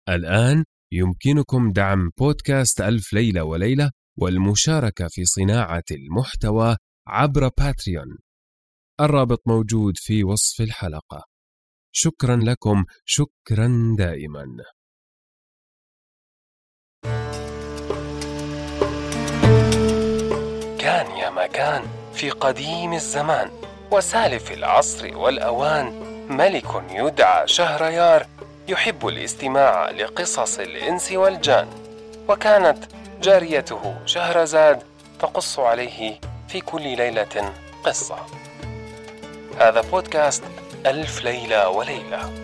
الآن يمكنكم دعم بودكاست ألف ليلة وليلة والمشاركة في صناعة المحتوى عبر باتريون. الرابط موجود في وصف الحلقة. شكرا لكم، شكرا دائما. كان يا مكان في قديم الزمان وسالف العصر والأوان ملك يدعى شهريار يحب الاستماع لقصص الإنس والجان، وكانت جاريته شهرزاد تقص عليه في كل ليلة قصة. هذا بودكاست ألف ليلة وليلة.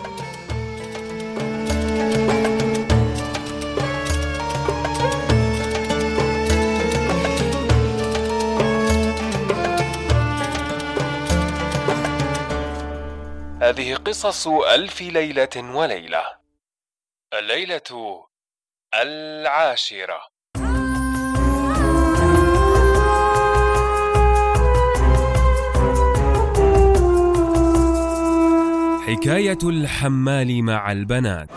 هذه قصص ألف ليلة وليلة. الليلة 10. حكاية الحمال مع البنات.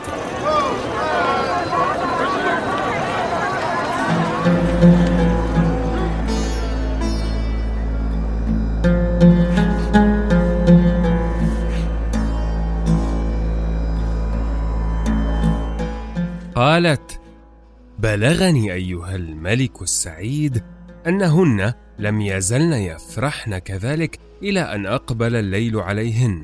قالت: بلغني أيها الملك السعيد أنهن لم يزلن يفرحن كذلك إلى أن أقبل الليل عليهن.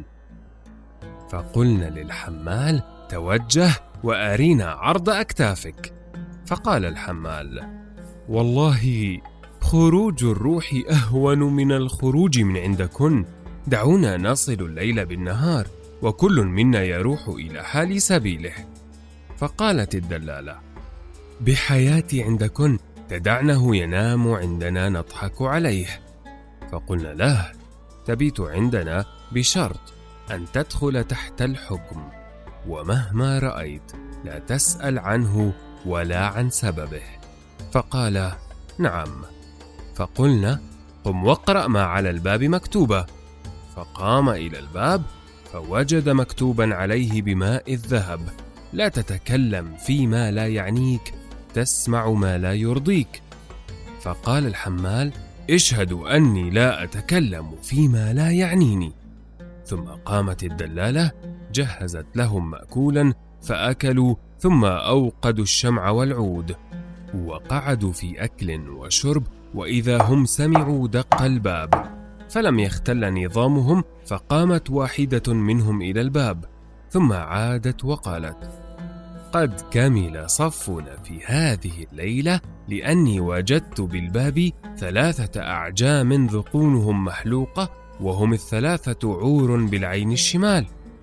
فقلنا للحمال: توجه وأرينا عرض أكتافك. فقال الحمال: والله خروج الروح أهون من الخروج من عندكن، دعونا نصل الليل بالنهار وكل منا يروح إلى حال سبيله. فقالت الدلالة: بحياتي عندكن تدعنه ينام عندنا نضحك عليه. فقلنا له: تبيت عندنا بشرط أن تدخل تحت الحكم، ومهما رأيت لا تسأل عنه ولا عن سببه. فقال: نعم. فقلنا: قم واقرأ ما على الباب مكتوبة. فقام إلى الباب فوجد مكتوبا عليه بماء الذهب: لا تتكلم فيما لا يعنيك، تسمع ما لا يرضيك. فقال الحمال: اشهدوا أني لا أتكلم فيما لا يعنيني. ثم قامت الدلالة جهزت لهم مأكولا فأكلوا، ثم أوقدوا الشمع والعود وقعدوا في أكل وشرب، وإذا هم سمعوا دق الباب، فلم يختل نظامهم، فقامت واحدة منهم إلى الباب ثم عادت وقالت: قد كمل صفنا في هذه الليلة، لأني وجدت بالباب 3 أعجام ذقونهم محلوقة، وهم 3 عور بالعين الشمال،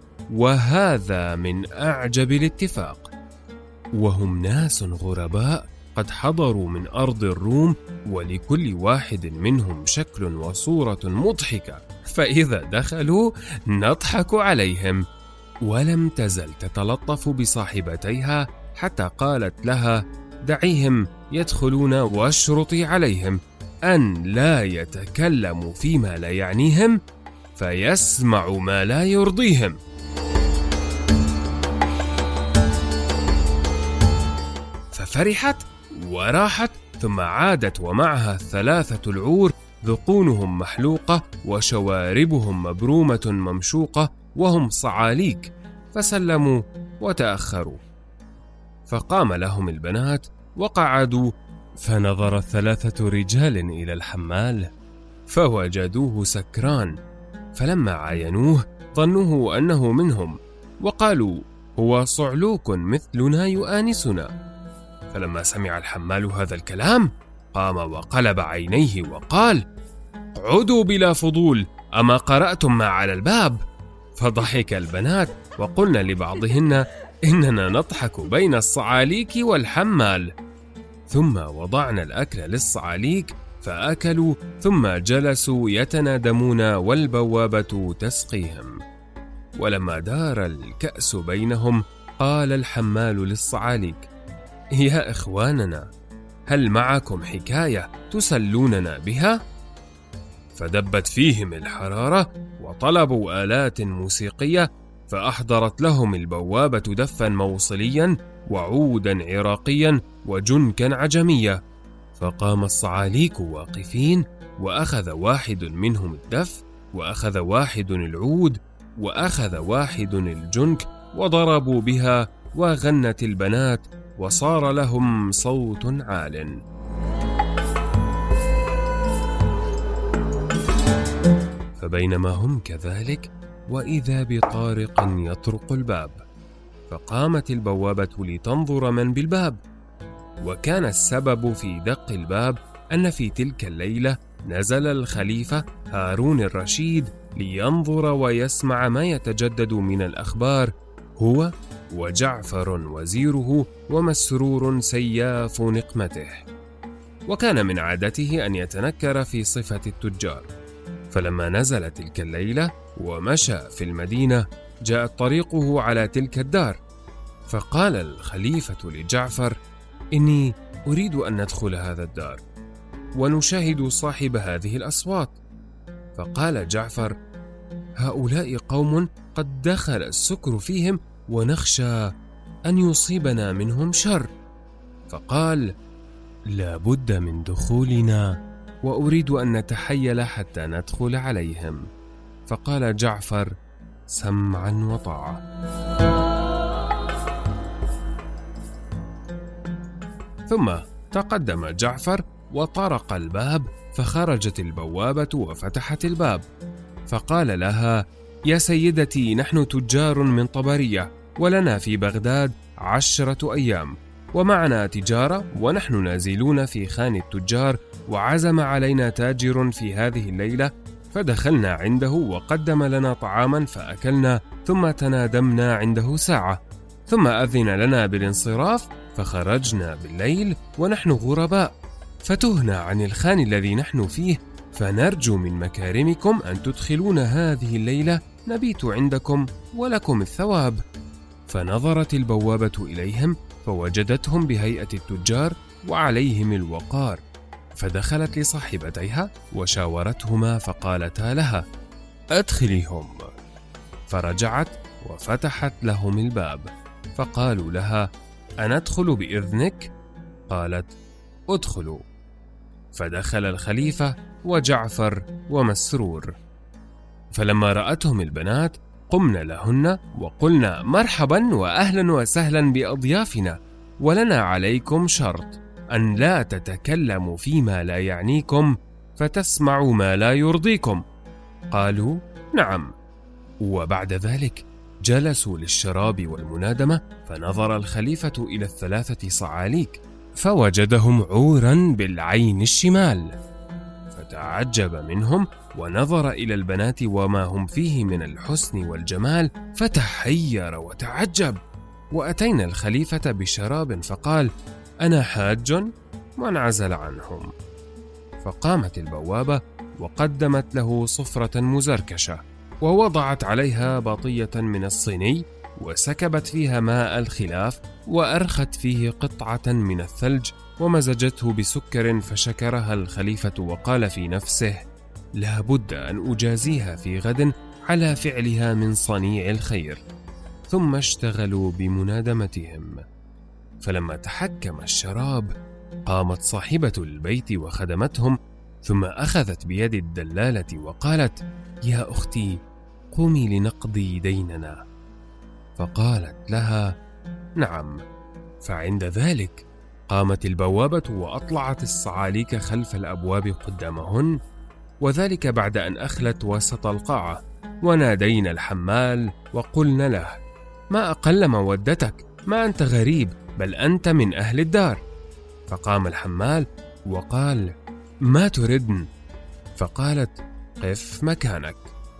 وهذا من أعجب الاتفاق. وهم ناس غرباء قد حضروا من أرض الروم، ولكل واحد منهم شكل وصورة مضحكة، فإذا دخلوا نضحك عليهم. ولم تزل تتلطف بصاحبتيها حتى قالت لها: دعيهم يدخلون واشرطي عليهم أن لا يتكلموا فيما لا يعنيهم فيسمعوا ما لا يرضيهم. ففرحت وراحت، ثم عادت ومعها 3 العور ذقونهم محلوقة وشواربهم مبرومة ممشوقة، وهم صعاليك، فسلموا وتأخروا. فقام لهم البنات وقعدوا، فنظر 3 رجال إلى الحمال فوجدوه سكران، فلما عاينوه ظنوه أنه منهم، وقالوا: هو صعلوك مثلنا يؤانسنا. فلما سمع الحمال هذا الكلام قام وقلب عينيه وقال: عدوا بلا فضول، أما قرأتم ما على الباب؟ فضحك البنات وقلنا لبعضهن: إننا نضحك بين الصعاليك والحمال. ثم وضعنا الأكل للصعاليك فأكلوا، ثم جلسوا يتنادمون والبوابة تسقيهم. ولما دار الكأس بينهم قال الحمال للصعاليك: يا إخواننا، هل معكم حكاية تسلوننا بها؟ فدبت فيهم الحرارة وطلبوا آلات موسيقية، فأحضرت لهم البوابة دفا موصليا وعودا عراقيا وجنكا عجمية، فقام الصعاليك واقفين، وأخذ واحد منهم الدف، وأخذ واحد العود، وأخذ واحد الجنك، وضربوا بها، وغنت البنات، وصار لهم صوت عال. فبينما هم كذلك، وإذا بطارق يطرق الباب، فقامت البوابة لتنظر من بالباب، وكان السبب في دق الباب أن في تلك الليلة نزل الخليفة هارون الرشيد لينظر ويسمع ما يتجدد من الأخبار، هو وجعفر وزيره ومسرور سياف نقمته. وكان من عادته أن يتنكر في صفة التجار، فلما نزل تلك الليلة ومشى في المدينة جاءت طريقه على تلك الدار، فقال الخليفة لجعفر: إني أريد أن ندخل هذا الدار ونشاهد صاحب هذه الأصوات. فقال جعفر: هؤلاء قوم قد دخل السكر فيهم، ونخشى أن يصيبنا منهم شر. فقال: لا بد من دخولنا، وأريد أن نتحيل حتى ندخل عليهم. فقال جعفر: سمعا وطاعة. ثم تقدم جعفر وطرق الباب، فخرجت البوابة وفتحت الباب، فقال لها: يا سيدتي، نحن تجار من طبرية، ولنا في بغداد 10 أيام، ومعنا تجارة، ونحن نازلون في خان التجار، وعزم علينا تاجر في هذه الليلة، فدخلنا عنده وقدم لنا طعاما فأكلنا، ثم تنادمنا عنده ساعة، ثم أذن لنا بالانصراف، فخرجنا بالليل ونحن غرباء، فتهنا عن الخان الذي نحن فيه، فنرجو من مكارمكم أن تدخلونا هذه الليلة نبيت عندكم ولكم الثواب. فنظرت البوابة إليهم فوجدتهم بهيئة التجار وعليهم الوقار، فدخلت لصاحبتيها وشاورتهما، فقالتا لها: أدخليهم. فرجعت وفتحت لهم الباب، فقالوا لها: أندخل بإذنك؟ قالت: ادخلوا. فدخل الخليفة وجعفر ومسرور، فلما رأتهم البنات قمنا لهن وقلنا: مرحبا وأهلا وسهلا بأضيافنا، ولنا عليكم شرط أن لا تتكلموا فيما لا يعنيكم فتسمعوا ما لا يرضيكم. قالوا: نعم. وبعد ذلك جلسوا للشراب والمنادمة، فنظر الخليفة إلى 3 صعاليك فوجدهم عورا بالعين الشمال، فتعجب منهم ونظر إلى البنات وما هم فيه من الحسن والجمال، فتحير وتعجب. وأتينا الخليفة بشراب، فقال: أنا حاج، وانعزل عنهم. فقامت البوابة وقدمت له صفرة مزركشة، ووضعت عليها بطية من الصيني، وسكبت فيها ماء الخلاف، وأرخت فيه قطعة من الثلج، ومزجته بسكر، فشكرها الخليفة وقال في نفسه: لا بد أن أجازيها في غد على فعلها من صنيع الخير. ثم اشتغلوا بمنادمتهم. فلما تحكم الشراب قامت صاحبة البيت وخدمتهم، ثم أخذت بيد الدلالة وقالت: يا أختي، قومي لنقضي ديننا. فقالت لها: نعم. فعند ذلك قامت البوابة وأطلعت الصعاليك خلف الأبواب قدامهن، وذلك بعد أن أخلت وسط القاعة، ونادينا الحمال وقلنا له: ما أقل مودتك، ما أنت غريب، بل أنت من أهل الدار. فقام الحمال وقال: ما تردن؟ فقالت: قف مكانك.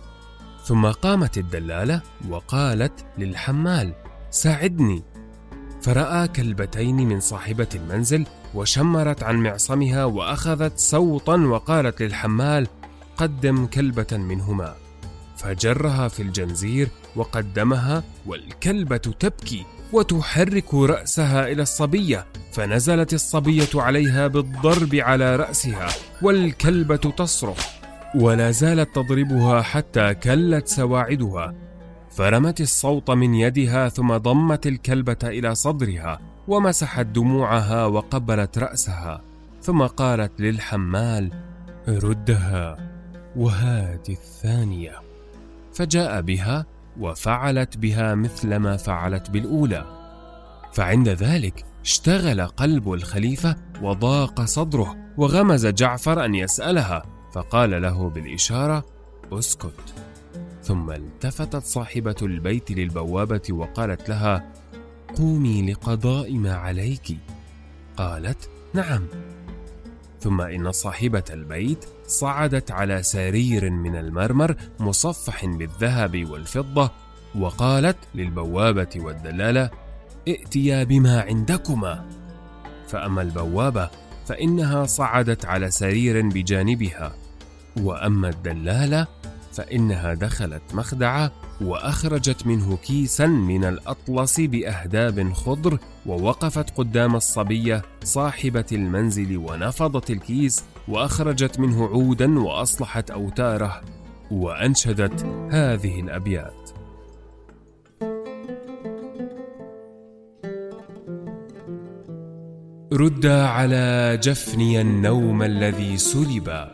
ثم قامت الدلالة وقالت للحمال: ساعدني. فرأى كلبتين من صاحبة المنزل، وشمرت عن معصمها وأخذت سوطا، وقالت للحمال: قدم كلبة منهما. فجرها في الجنزير وقدمها، والكلبة تبكي وتحرك رأسها إلى الصبية، فنزلت الصبية عليها بالضرب على رأسها، والكلبة تصرخ، ولا زالت تضربها حتى كلت سواعدها. فرمت الصوت من يدها ثم ضمت الكلبة إلى صدرها ومسحت دموعها وقبلت رأسها، ثم قالت للحمال: ردها وهات الثانية. فجاء بها وفعلت بها مثل ما فعلت بالأولى. فعند ذلك اشتغل قلب الخليفة وضاق صدره، وغمز جعفر أن يسألها، فقال له بالإشارة: اسكت. ثم التفتت صاحبة البيت للبوابة وقالت لها: قومي لقضاء ما عليك. قالت: نعم. ثم إن صاحبة البيت صعدت على سرير من المرمر مصفح بالذهب والفضة، وقالت للبوابة والدلالة: ائتيا بما عندكما. فأما البوابة فإنها صعدت على سرير بجانبها، وأما الدلالة فإنها دخلت مخدعة وأخرجت منه كيسا من الأطلس بأهداب خضر، ووقفت قدام الصبية صاحبة المنزل ونفضت الكيس وأخرجت منه عودا وأصلحت أوتاره، وأنشدت هذه الأبيات: رد على جفني النوم الذي سلب،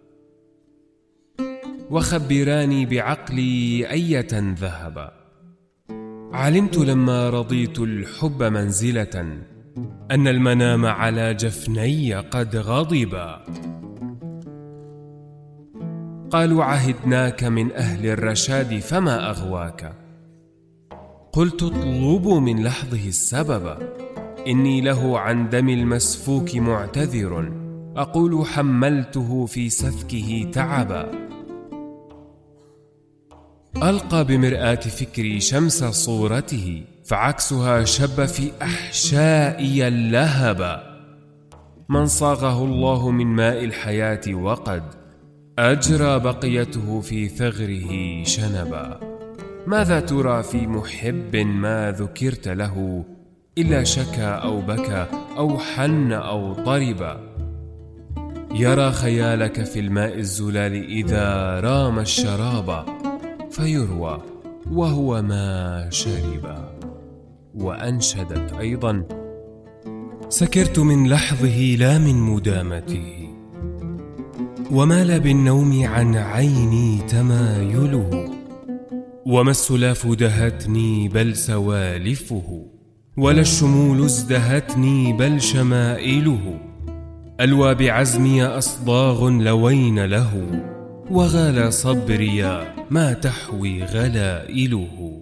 وخبراني بعقلي أية ذهب. علمت لما رضيت الحب منزلة أن المنام على جفني قد غضب. قالوا عهدناك من أهل الرشاد فما أغواك. قلت اطلبوا من لحظه السبب، إني له عن دم المسفوك معتذر، أقول حملته في سفكه تعبا. ألقى بمرآة فكري شمس صورته، فعكسها شب في أحشائي اللهب. من صاغه الله من ماء الحياة وقد أجرى بقيته في ثغره شنبا. ماذا ترى في محب ما ذكرت له إلا شكى أو بكى أو حن أو طرب. يرى خيالك في الماء الزلال إذا رام الشراب، فيروى وهو ما شرب. وأنشدت أيضا: سكرت من لحظه لا من مدامته، ومال بالنوم عن عيني تمايله، وما السلاف دهتني بل سوالفه، ولا الشمول ازدهتني بل شمائله. ألوى بعزمي أصداغ لوين له، وغال صبري ما تحوي غلائله.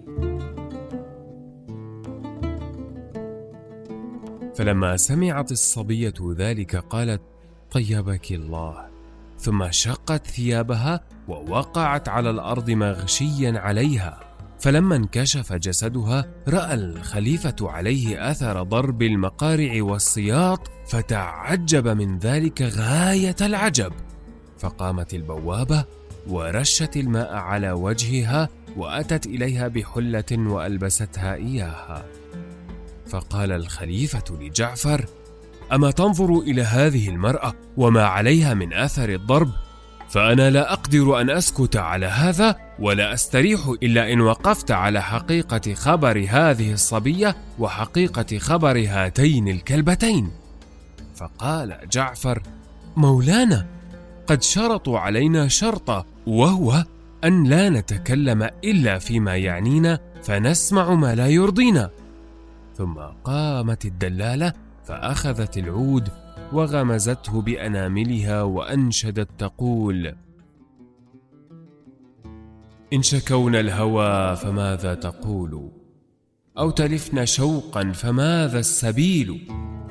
فلما سمعت الصبية ذلك قالت: طيبك الله. ثم شقت ثيابها ووقعت على الأرض مغشيا عليها. فلما انكشف جسدها رأى الخليفة عليه أثر ضرب المقارع والسياط، فتعجب من ذلك غاية العجب. فقامت البوابة ورشت الماء على وجهها، وأتت إليها بحلة وألبستها إياها. فقال الخليفة لجعفر: أما تنظر إلى هذه المرأة وما عليها من أثر الضرب؟ فأنا لا أقدر أن أسكت على هذا، ولا أستريح إلا إن وقفت على حقيقة خبر هذه الصبية وحقيقة خبر هاتين الكلبتين. فقال جعفر: مولانا، قد شرطوا علينا شرطا، وهو أن لا نتكلم إلا فيما يعنينا، فنسمع ما لا يرضينا. ثم قامت الدلالة فأخذت العود وغمزته بأناملها وأنشدت تقول: إن شكونا الهوى فماذا تقول، أو تلفنا شوقا فماذا السبيل،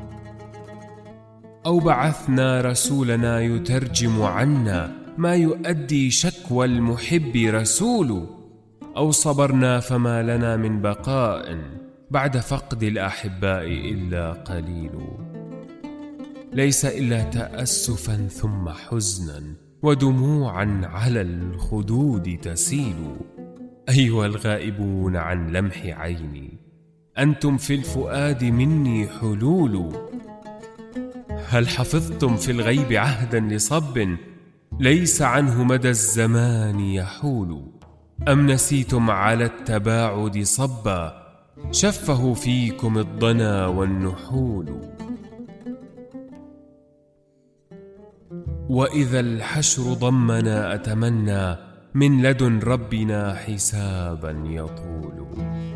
أو بعثنا رسولنا يترجم عنا ما يؤدي شكوى المحب رسول، أو صبرنا فما لنا من بقاء بعد فقد الأحباء إلا قليل. ليس إلا تأسفا ثم حزنا ودموعا على الخدود تسيل. أيها الغائبون عن لمح عيني، أنتم في الفؤاد مني حلول. هل حفظتم في الغيب عهدا لصب ليس عنه مدى الزمان يحول؟ أم نسيتم على التباعد صبا شفه فيكم الضنا والنحول. وإذا الحشر ضمنا أتمنى من لدن ربنا حسابا يطول.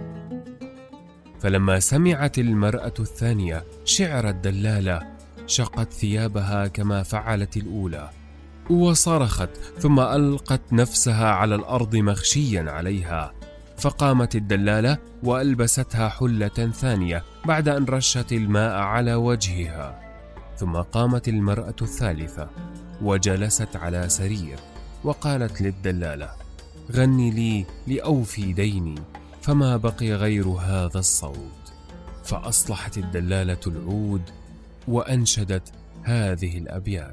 فلما سمعت المرأة الثانية شعر الدلالة شقت ثيابها كما فعلت الأولى وصرخت، ثم ألقت نفسها على الأرض مغشيا عليها. فقامت الدلالة وألبستها حلة ثانية بعد أن رشت الماء على وجهها. ثم قامت المرأة الثالثة وجلست على سرير وقالت للدلالة: غني لي لأوفي ديني، فما بقي غير هذا الصوت. فأصلحت الدلالة العود وأنشدت هذه الأبيات: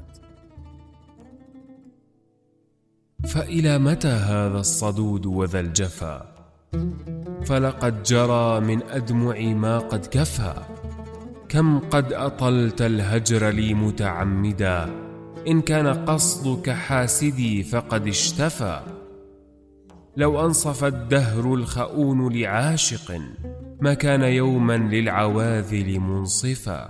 فإلى متى هذا الصدود وذا الجفا، فلقد جرى من أدمع ما قد كفى. كم قد أطلت الهجر لي متعمدا، إن كان قصدك حاسدي فقد اشتفى. لو أنصف الدهر الخؤون لعاشق، ما كان يوما للعواذل منصفا.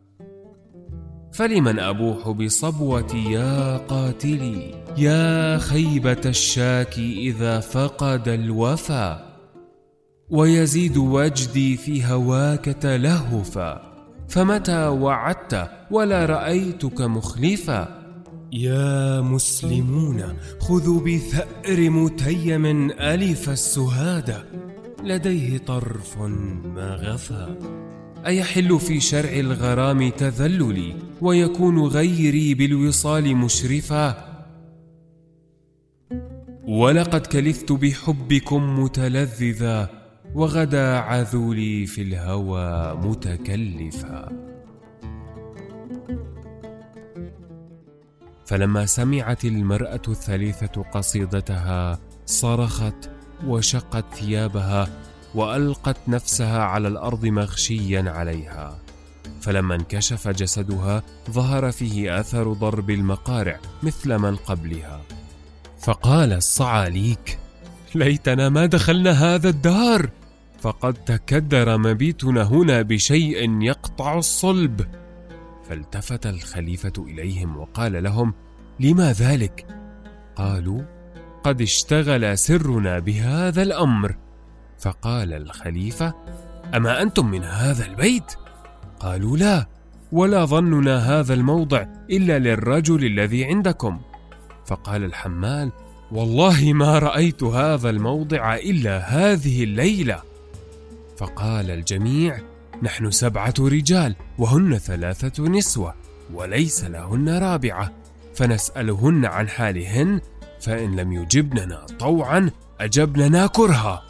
فلمن أبوح بصبوتي يا قاتلي، يا خيبة الشاكي إذا فقد الوفا. ويزيد وجدي في هواك تلهفا، فمتى وعدت ولا رأيتك مخلفا. يا مسلمون خذوا بثأر متيم ألف السهادة، لديه طرف ما غفا. أيحل في شرع الغرام تذللي، ويكون غيري بالوصال مشرفا. ولقد كلفت بحبكم متلذذا، وغدا عذولي في الهوى متكلفا. فلما سمعت المرأة الثالثة قصيدتها صرخت وشقت ثيابها وألقت نفسها على الأرض مغشيا عليها. فلما انكشف جسدها ظهر فيه أثر ضرب المقارع مثل من قبلها. فقال الصعاليك: ليتنا ما دخلنا هذا الدار، فقد تكدر مبيتنا هنا بشيء يقطع الصلب. فالتفت الخليفة إليهم وقال لهم: لما ذلك؟ قالوا: قد اشتغل سرنا بهذا الأمر. فقال الخليفة: أما أنتم من هذا البيت؟ قالوا: لا، ولا ظننا هذا الموضع إلا للرجل الذي عندكم. فقال الحمال: والله ما رأيت هذا الموضع إلا هذه الليلة. فقال الجميع: نحن 7 رجال وهن 3 نسوة، وليس لهن رابعة، فنسألهن عن حالهن، فإن لم يجبننا طوعا أجبننا كرها.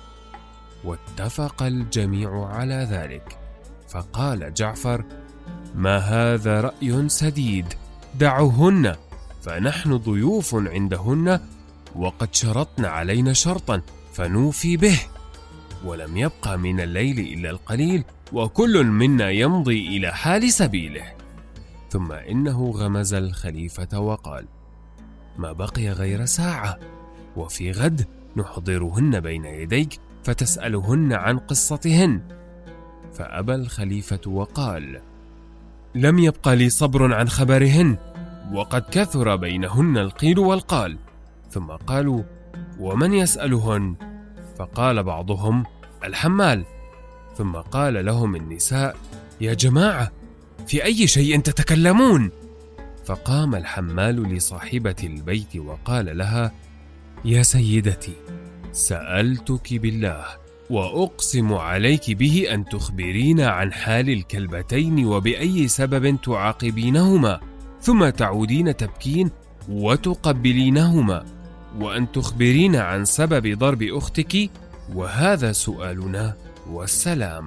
واتفق الجميع على ذلك. فقال جعفر: ما هذا رأي سديد، دعوهن، فنحن ضيوف عندهن، وقد شرطن علينا شرطا فنوفي به، ولم يبقى من الليل إلا القليل، وكل منا يمضي إلى حال سبيله. ثم إنه غمز الخليفة وقال: ما بقي غير ساعة، وفي غد نحضرهن بين يديك فتسألهن عن قصتهن. فأبى الخليفة وقال: لم يبقى لي صبر عن خبرهن، وقد كثر بينهن القيل والقال. ثم قالوا: ومن يسألهن؟ فقال بعضهم: الحمال. ثم قال لهم النساء: يا جماعة، في أي شيء تتكلمون؟ فقام الحمال لصاحبة البيت وقال لها: يا سيدتي، سألتك بالله وأقسم عليك به أن تخبرينا عن حال الكلبتين وبأي سبب تعاقبينهما، ثم تعودين تبكين وتقبلينهما، وأن تخبرين عن سبب ضرب أختك، وهذا سؤالنا، والسلام.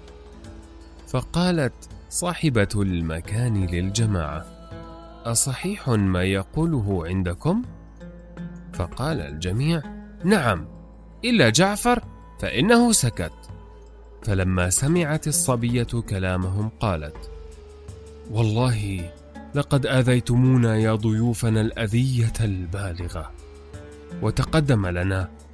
فقالت صاحبة المكان للجماعة: أصحيح ما يقوله عندكم؟ فقال الجميع: نعم، إلا جعفر فإنه سكت. فلما سمعت الصبية كلامهم قالت: والله لقد آذيتمونا يا ضيوفنا الأذية البالغة. وتقدم لنا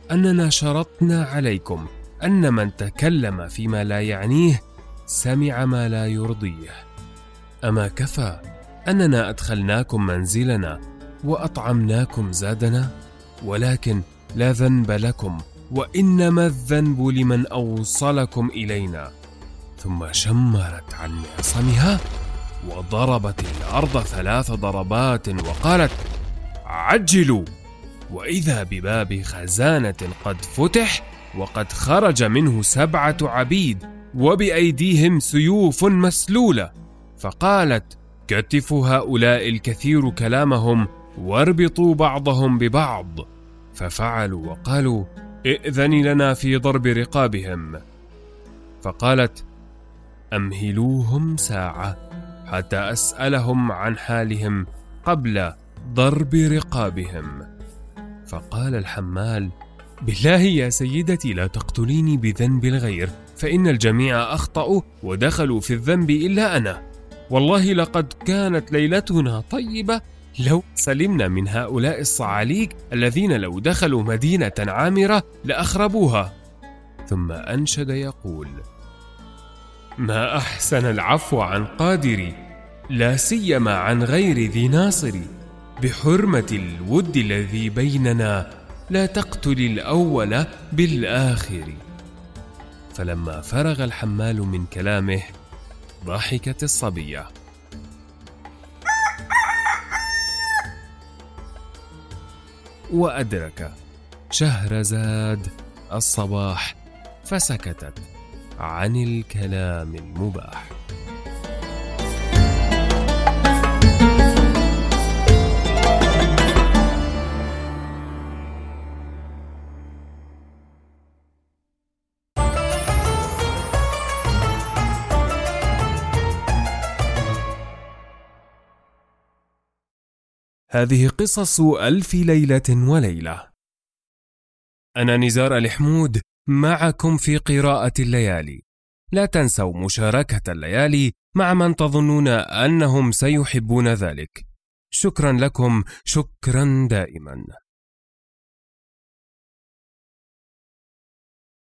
أننا شرطنا عليكم أن من تكلم فيما لا يعنيه سمع ما لا يرضيه. أما كفى أننا أدخلناكم منزلنا وأطعمناكم زادنا؟ ولكن لا ذنب لكم، وإنما الذنب لمن أوصلكم إلينا. ثم شمرت عن معصمها وضربت الأرض 3 ضربات وقالت: عجلوا! وإذا بباب خزانة قد فتح وقد خرج منه 7 عبيد وبأيديهم سيوف مسلولة. فقالت: كتفوا هؤلاء الكثير كلامهم واربطوا بعضهم ببعض. ففعلوا وقالوا: ائذن لنا في ضرب رقابهم. فقالت: أمهلوهم ساعة حتى أسألهم عن حالهم قبل ضرب رقابهم. فقال الحمال: بالله يا سيدتي لا تقتليني بذنب الغير، فإن الجميع أخطأوا ودخلوا في الذنب إلا أنا. والله لقد كانت ليلتنا طيبة لو سلمنا من هؤلاء الصعاليك الذين لو دخلوا مدينة عامرة لأخربوها. ثم أنشد يقول: ما أحسن العفو عن قادري، لا سيما عن غير ذي ناصري. بحرمة الود الذي بيننا لا تقتل الأول بالآخر. فلما فرغ الحمال من كلامه ضحكت الصبية. وأدرك شهرزاد الصباح فسكتت عن الكلام المباح. هذه قصص 1000 ليلة وليلة. أنا نزار الحمود معكم في قراءة الليالي. لا تنسوا مشاركة الليالي مع من تظنون أنهم سيحبون ذلك. شكرا لكم، شكرا دائما.